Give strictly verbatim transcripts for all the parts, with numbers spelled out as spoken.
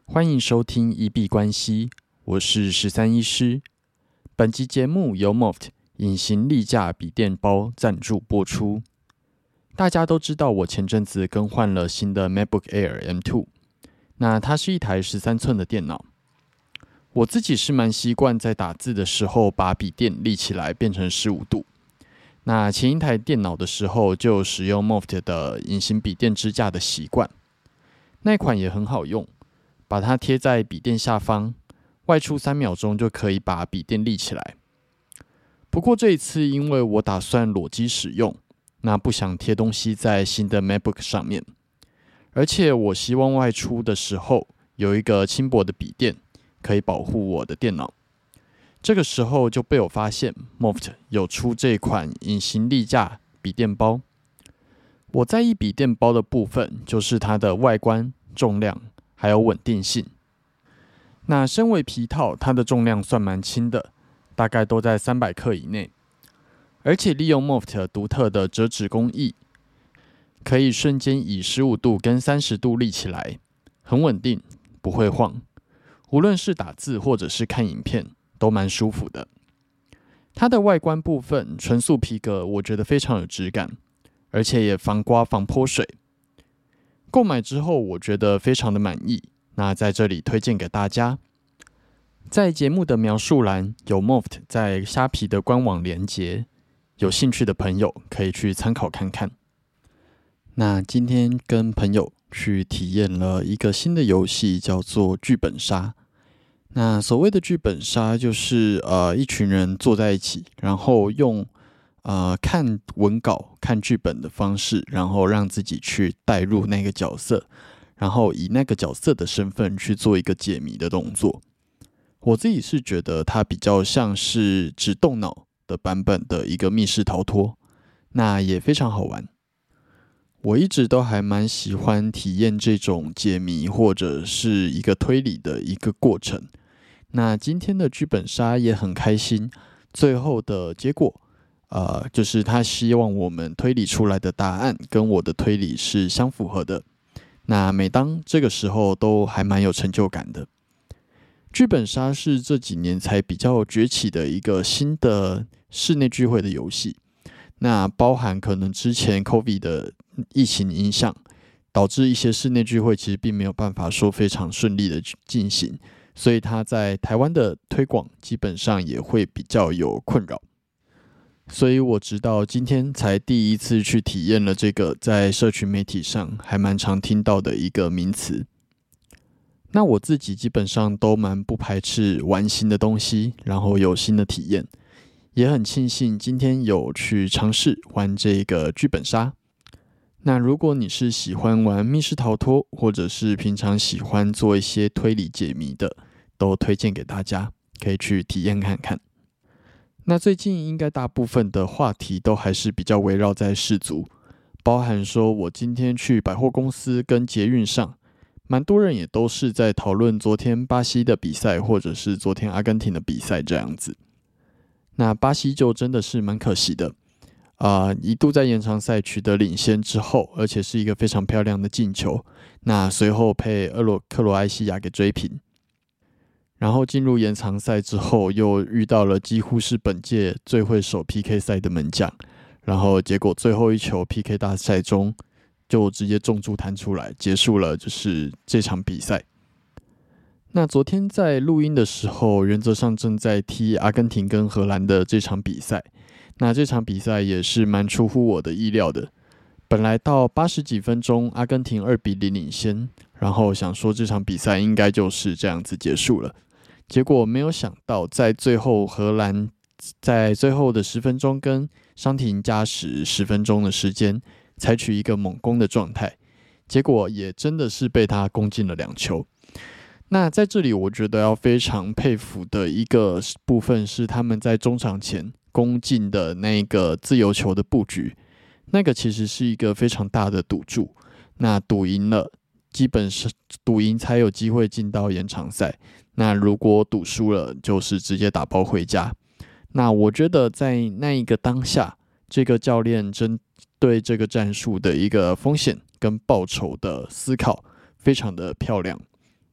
欢迎收听一币关系，我是十三医师。本集节目由 Moft 隐形立架笔电包赞助播出。大家都知道，我前阵子更换了新的 MacBook Air M 二， 那它是一台十三寸的电脑。我自己是蛮习惯在打字的时候把笔电立起来变成十五度。那前一台电脑的时候就有使用 Moft 的隐形笔电支架的习惯，那款也很好用。把它贴在笔电下方，外出三秒钟就可以把笔电立起来。不过这一次因为我打算裸机使用，那不想贴东西在新的 MacBook 上面，而且我希望外出的时候有一个轻薄的笔电可以保护我的电脑。这个时候就被我发现 Moft 有出这款隐形立架笔电包。我在意笔电包的部分就是它的外观、重量还有稳定性。那身为皮套，它的重量算蛮轻的，大概都在三百克以内。而且利用 Moft 独特的折纸工艺，可以瞬间以十五度跟三十度立起来，很稳定，不会晃。无论是打字或者是看影片，都蛮舒服的。它的外观部分纯素皮革，我觉得非常有质感，而且也防刮防泼水。购买之后，我觉得非常的满意，那在这里推荐给大家。在节目的描述栏有 Moft 在虾皮的官网连结，有兴趣的朋友可以去参考看看。那今天跟朋友去体验了一个新的游戏，叫做剧本杀。那所谓的剧本杀，就是呃一群人坐在一起，然后用呃，看文稿、看剧本的方式，然后让自己去带入那个角色，然后以那个角色的身份去做一个解谜的动作。我自己是觉得它比较像是只动脑的版本的一个密室逃脱，那也非常好玩。我一直都还蛮喜欢体验这种解谜或者是一个推理的一个过程。那今天的剧本杀也很开心，最后的结果呃，就是他希望我们推理出来的答案跟我的推理是相符合的。那每当这个时候都还蛮有成就感的。剧本杀是这几年才比较崛起的一个新的室内聚会的游戏。那包含可能之前 COVID 的疫情影响，导致一些室内聚会其实并没有办法说非常顺利的进行，所以它在台湾的推广基本上也会比较有困扰。所以我直到今天才第一次去体验了这个在社群媒体上还蛮常听到的一个名词。那我自己基本上都蛮不排斥玩新的东西，然后有新的体验，也很庆幸今天有去尝试玩这个剧本杀。那如果你是喜欢玩密室逃脱，或者是平常喜欢做一些推理解谜的，都推荐给大家，可以去体验看看。那最近应该大部分的话题都还是比较围绕在世足，包含说我今天去百货公司跟捷运上，蛮多人也都是在讨论昨天巴西的比赛，或者是昨天阿根廷的比赛这样子。那巴西就真的是蛮可惜的，呃，一度在延长赛取得领先之后，而且是一个非常漂亮的进球，那随后被俄罗克罗埃西亚给追平。然后进入延长赛之后，又遇到了几乎是本届最会守 P K 赛的门将，然后结果最后一球 P K 大赛中就直接中柱弹出来，结束了就是这场比赛。那昨天在录音的时候，原则上正在踢阿根廷跟荷兰的这场比赛。那这场比赛也是蛮出乎我的意料的。本来到八十几分钟，阿根廷二比零领先，然后想说这场比赛应该就是这样子结束了。结果没有想到，在最后荷兰在最后的十分钟跟伤停加时十分钟的时间，采取一个猛攻的状态，结果也真的是被他攻进了两球。那在这里，我觉得要非常佩服的一个部分是他们在中场前攻进的那个自由球的布局，那个其实是一个非常大的赌注。那赌赢了，基本是赌赢才有机会进到延长赛。那如果赌输了，就是直接打包回家。那我觉得在那一个当下，这个教练针对这个战术的一个风险跟报酬的思考非常的漂亮，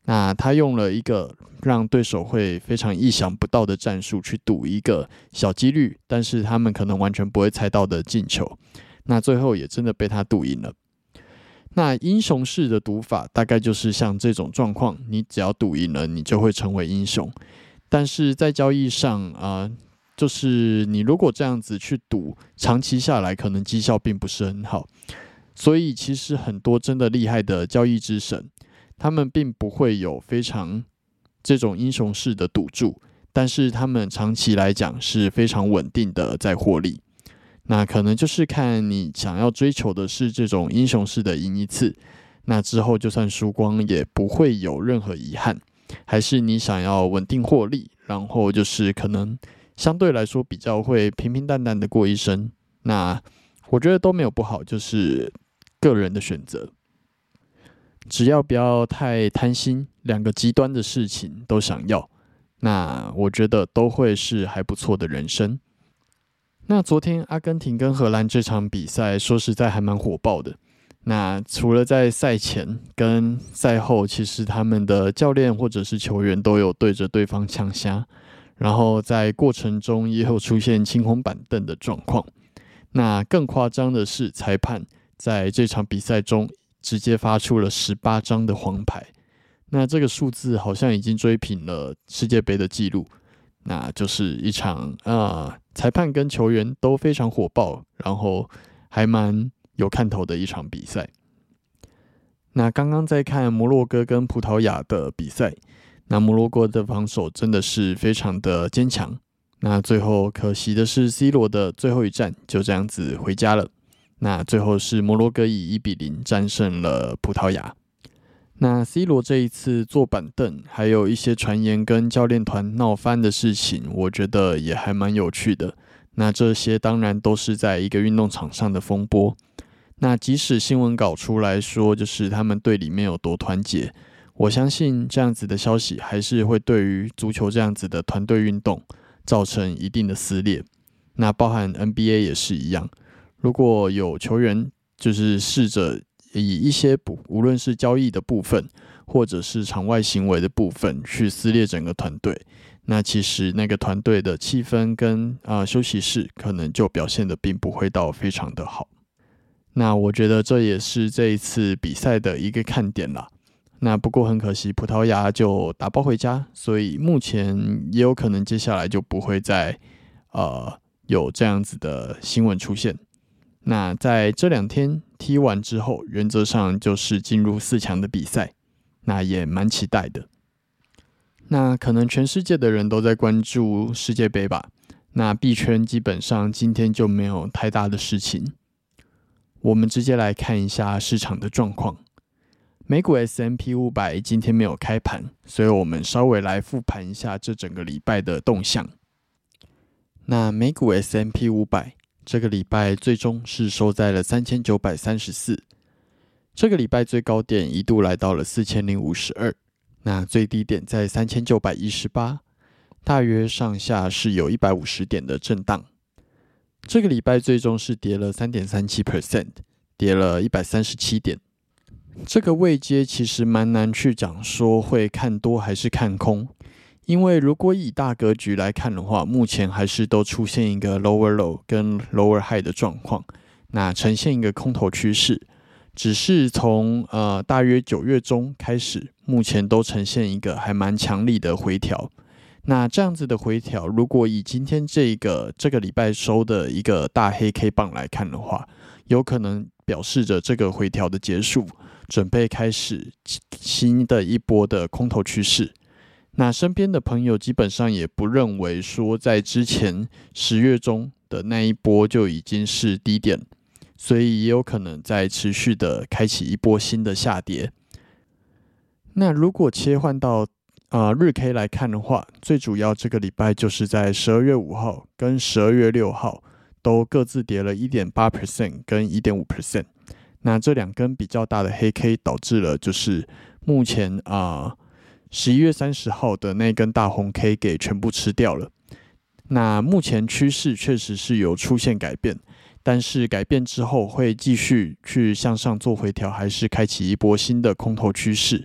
那他用了一个让对手会非常意想不到的战术去赌一个小几率，但是他们可能完全不会猜到的进球。那最后也真的被他赌赢了。那英雄式的赌法大概就是像这种状况，你只要赌赢了，你就会成为英雄。但是在交易上啊、呃，就是你如果这样子去赌，长期下来可能绩效并不是很好。所以其实很多真的厉害的交易之神，他们并不会有非常这种英雄式的赌注，但是他们长期来讲是非常稳定的在获利。那可能就是看你想要追求的是这种英雄式的赢一次，那之后就算输光也不会有任何遗憾，还是你想要稳定获利，然后就是可能相对来说比较会平平淡淡的过一生，那我觉得都没有不好，就是个人的选择。只要不要太贪心，两个极端的事情都想要，那我觉得都会是还不错的人生。那昨天阿根廷跟荷兰这场比赛，说实在还蛮火爆的。那除了在赛前跟赛后，其实他们的教练或者是球员都有对着对方呛虾，然后在过程中也有出现青红板凳的状况。那更夸张的是，裁判在这场比赛中直接发出了十八张的黄牌，那这个数字好像已经追平了世界杯的纪录。那就是一场呃，裁判跟球员都非常火爆，然后还蛮有看头的一场比赛。那刚刚在看摩洛哥跟葡萄牙的比赛，那摩洛哥的防守真的是非常的坚强。那最后可惜的是 C 罗的最后一战就这样子回家了。那最后是摩洛哥以一比零战胜了葡萄牙。那 C 罗这一次坐板凳，还有一些传言跟教练团闹翻的事情，我觉得也还蛮有趣的。那这些当然都是在一个运动场上的风波。那即使新闻稿出来说，就是他们队里面有多团结，我相信这样子的消息还是会对于足球这样子的团队运动造成一定的撕裂。那包含 N B A 也是一样，如果有球员就是试着以一些无论是交易的部分，或者是场外行为的部分去撕裂整个团队，那其实那个团队的气氛跟、呃、休息室可能就表现的并不会到非常的好。那我觉得这也是这一次比赛的一个看点啦。那不过很可惜，葡萄牙就打包回家，所以目前也有可能接下来就不会再呃有这样子的新闻出现。那在这两天踢完之后，原则上就是进入四强的比赛，那也蛮期待的。那可能全世界的人都在关注世界杯吧，那币圈基本上今天就没有太大的事情。我们直接来看一下市场的状况。美股 S and P 五百 今天没有开盘，所以我们稍微来复盘一下这整个礼拜的动向。那美股 S and P 五百这个礼拜最终是收在了三千九百三十四，这个礼拜最高点一度来到了四千零五十二，那最低点在三千九百一十八，大约上下是有一百五十点的震荡。这个礼拜最终是跌了 百分之三点三七， 跌了一百三十七点。这个位阶其实蛮难去讲说会看多还是看空，因为如果以大格局来看的话，目前还是都出现一个 lower low 跟 lower high 的状况，那呈现一个空头趋势。只是从呃大约九月中开始，目前都呈现一个还蛮强力的回调。那这样子的回调，如果以今天这个这个礼拜收的一个大黑 K 棒来看的话，有可能表示着这个回调的结束，准备开始新的一波的空头趋势。那身边的朋友基本上也不认为说在之前十月中的那一波就已经是低点，所以也有可能再持续的开启一波新的下跌。那如果切换到呃日 K 来看的话，最主要这个礼拜就是在十二月五号跟十二月六号都各自跌了 百分之一点八 跟 百分之一点五。那这两根比较大的黑 K 导致了就是目前啊十一月三十号的那根大红 K 给全部吃掉了。那目前趋势确实是有出现改变，但是改变之后会继续去向上做回调，还是开启一波新的空头趋势？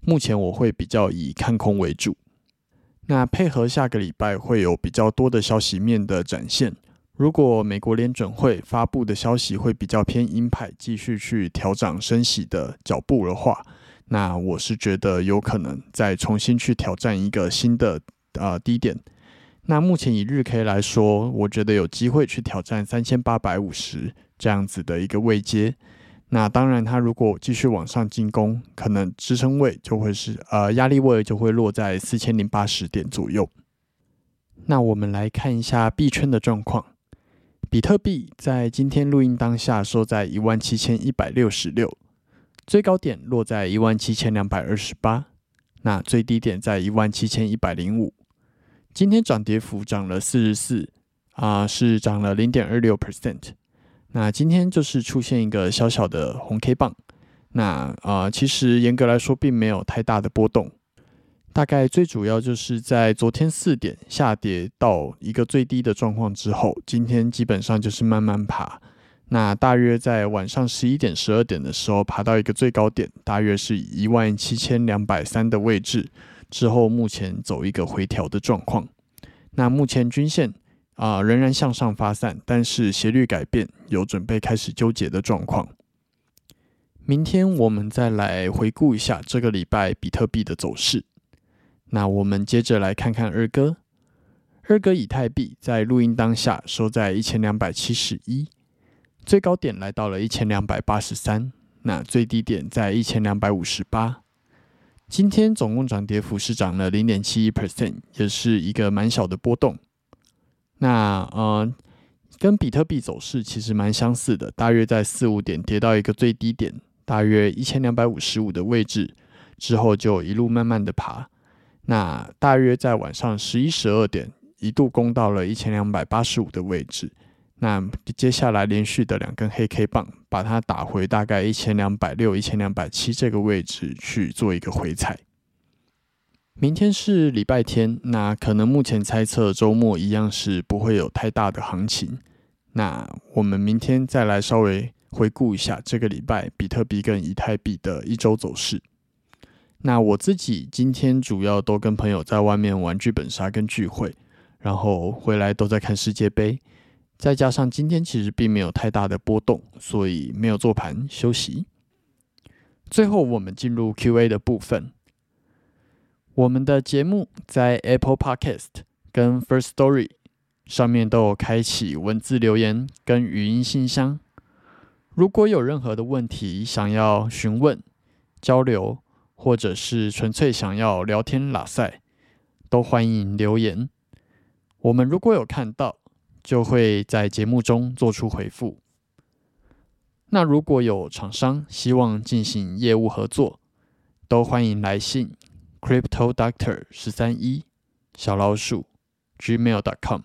目前我会比较以看空为主。那配合下个礼拜会有比较多的消息面的展现，如果美国联准会发布的消息会比较偏鹰派，继续去调涨升息的脚步的话，那我是觉得有可能再重新去挑战一个新的呃低点。那目前以日 K 来说，我觉得有机会去挑战三千八百五十这样子的一个位阶。那当然，它如果继续往上进攻，可能支撑位就会是呃压力位就会落在四千零八十点左右。那我们来看一下币圈的状况。比特币在今天录音当下收在一万七千一百六十六，最高点落在一万七千两百二十八，那最低点在一万七千一百零五。今天涨跌幅涨了四十四，啊，是涨了 百分之零点二六。那今天就是出现一个小小的红 K 棒，那呃，其实严格来说并没有太大的波动，大概最主要就是在昨天四点下跌到一个最低的状况之后，今天基本上就是慢慢爬，那大约在晚上十一点、十二点的时候爬到一个最高点，大约是一万七千两百三的位置，之后目前走一个回调的状况。那目前均线啊、呃，仍然向上发散，但是斜率改变，有准备开始纠结的状况。明天我们再来回顾一下这个礼拜比特币的走势。那我们接着来看看二哥，二哥以太币在录音当下收在一千两百七十一，最高点来到了一千两百八十三，那最低点在一千两百五十八。今天总共涨跌幅是涨了 百分之零点七一， 也是一个蛮小的波动。那呃，跟比特币走势其实蛮相似的，大约在四五点跌到一个最低点，大约一千两百五十五的位置，之后就一路慢慢的爬。那大约在晚上十一、十二点一度攻到了一千两百八十五的位置。那接下来连续的两根黑 K 棒，把它打回大概一千两百六、一千两百七这个位置去做一个回踩。明天是礼拜天，那可能目前猜测周末一样是不会有太大的行情。那我们明天再来稍微回顾一下这个礼拜比特币跟以太币的一周走势。那我自己今天主要都跟朋友在外面玩剧本杀跟聚会，然后回来都在看世界杯，再加上今天其实并没有太大的波动，所以没有做盘休息。最后我们进入 Q A 的部分。我们的节目在 Apple Podcast 跟 First Story 上面都有开启文字留言跟语音信箱，如果有任何的问题想要询问、交流，或者是纯粹想要聊天拉赛，都欢迎留言。我们如果有看到，就会在节目中做出回复。那如果有厂商希望进行业务合作，都欢迎来信 crypto doctor 一三一 小老鼠 gmail dot com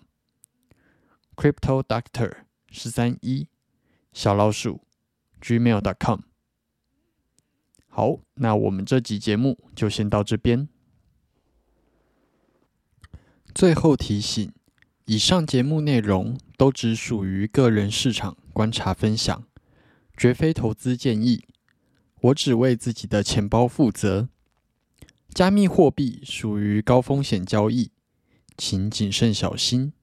crypto doctor 一三一 小老鼠 gmail dot com。 好，那我们这集节目就先到这边。最后提醒，以上节目内容都只属于个人市场观察分享，绝非投资建议，我只为自己的钱包负责。加密货币属于高风险交易，请谨慎小心。